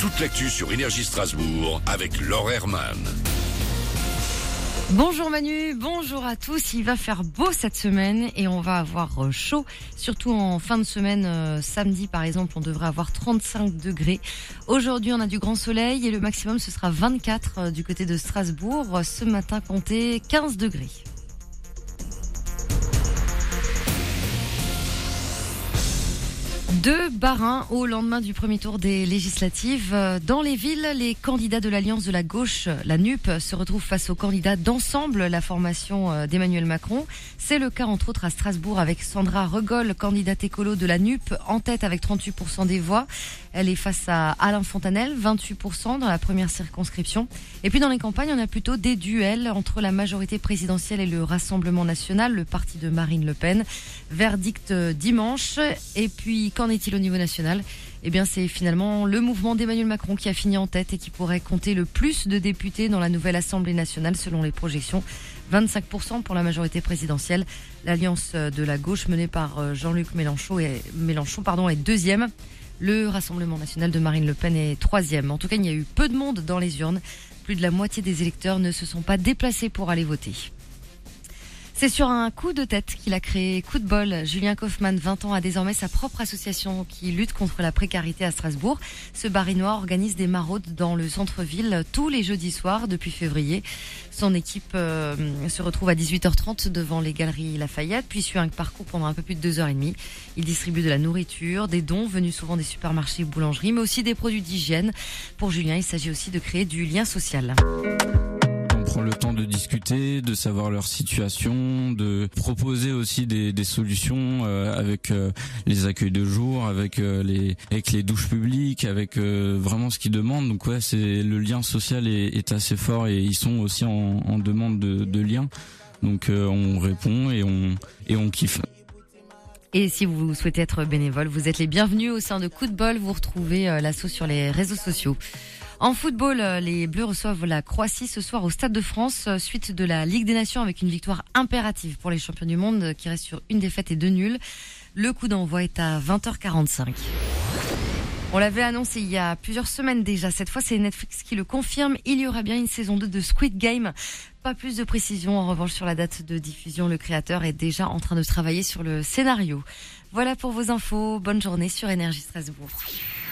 toute l'actu sur Énergie Strasbourg avec Laure Herman. Bonjour Manu, bonjour à tous. Il va faire beau cette semaine et on va avoir chaud, surtout en fin de semaine. Samedi par exemple, on devrait avoir 35 degrés. Aujourd'hui, on a du grand soleil et le maximum ce sera 24 du côté de Strasbourg. Ce matin, comptez 15 degrés. Deux barins au lendemain du premier tour des législatives. Dans les villes, les candidats de l'Alliance de la gauche, la NUP, se retrouvent face aux candidats d'Ensemble, la formation d'Emmanuel Macron. C'est le cas entre autres à Strasbourg avec Sandra Regol, candidate écolo de la NUP, en tête avec 38% des voix. Elle est face à Alain Fontanel, 28% dans la première circonscription. Et puis dans les campagnes, on a plutôt des duels entre la majorité présidentielle et le Rassemblement national, le parti de Marine Le Pen. Verdict dimanche. Et puis qu'en est-il au niveau national ? Eh bien, c'est finalement le mouvement d'Emmanuel Macron qui a fini en tête et qui pourrait compter le plus de députés dans la nouvelle Assemblée nationale selon les projections. 25% pour la majorité présidentielle. L'Alliance de la gauche menée par Jean-Luc Mélenchon est deuxième. Le Rassemblement national de Marine Le Pen est troisième. En tout cas, il y a eu peu de monde dans les urnes. Plus de la moitié des électeurs ne se sont pas déplacés pour aller voter. C'est sur un coup de tête qu'il a créé Coup de bol. Julien Kaufmann, 20 ans, a désormais sa propre association qui lutte contre la précarité à Strasbourg. Ce barinois organise des maraudes dans le centre-ville tous les jeudis soirs depuis février. Son équipe se retrouve à 18h30 devant les galeries Lafayette, puis suit un parcours pendant un peu plus de 2h30. Il distribue de la nourriture, des dons venus souvent des supermarchés et boulangeries, mais aussi des produits d'hygiène. Pour Julien, il s'agit aussi de créer du lien social. On prend le temps de discuter, de savoir leur situation, de proposer aussi des solutions avec les accueils de jour, avec les douches publiques, avec vraiment ce qu'ils demandent. Donc ouais, c'est le lien social est assez fort et ils sont aussi en demande de lien. Donc on répond et on kiffe. Et si vous souhaitez être bénévole, vous êtes les bienvenus au sein de Coup de bol. Vous retrouvez l'asso sur les réseaux sociaux. En football, les Bleus reçoivent la Croatie ce soir au Stade de France, suite de la Ligue des Nations avec une victoire impérative pour les champions du monde qui restent sur une défaite et 2 nuls. Le coup d'envoi est à 20h45. On l'avait annoncé il y a plusieurs semaines déjà. Cette fois, c'est Netflix qui le confirme. Il y aura bien une saison 2 de Squid Game. Pas plus de précision en revanche sur la date de diffusion. Le créateur est déjà en train de travailler sur le scénario. Voilà pour vos infos. Bonne journée sur Énergie Strasbourg.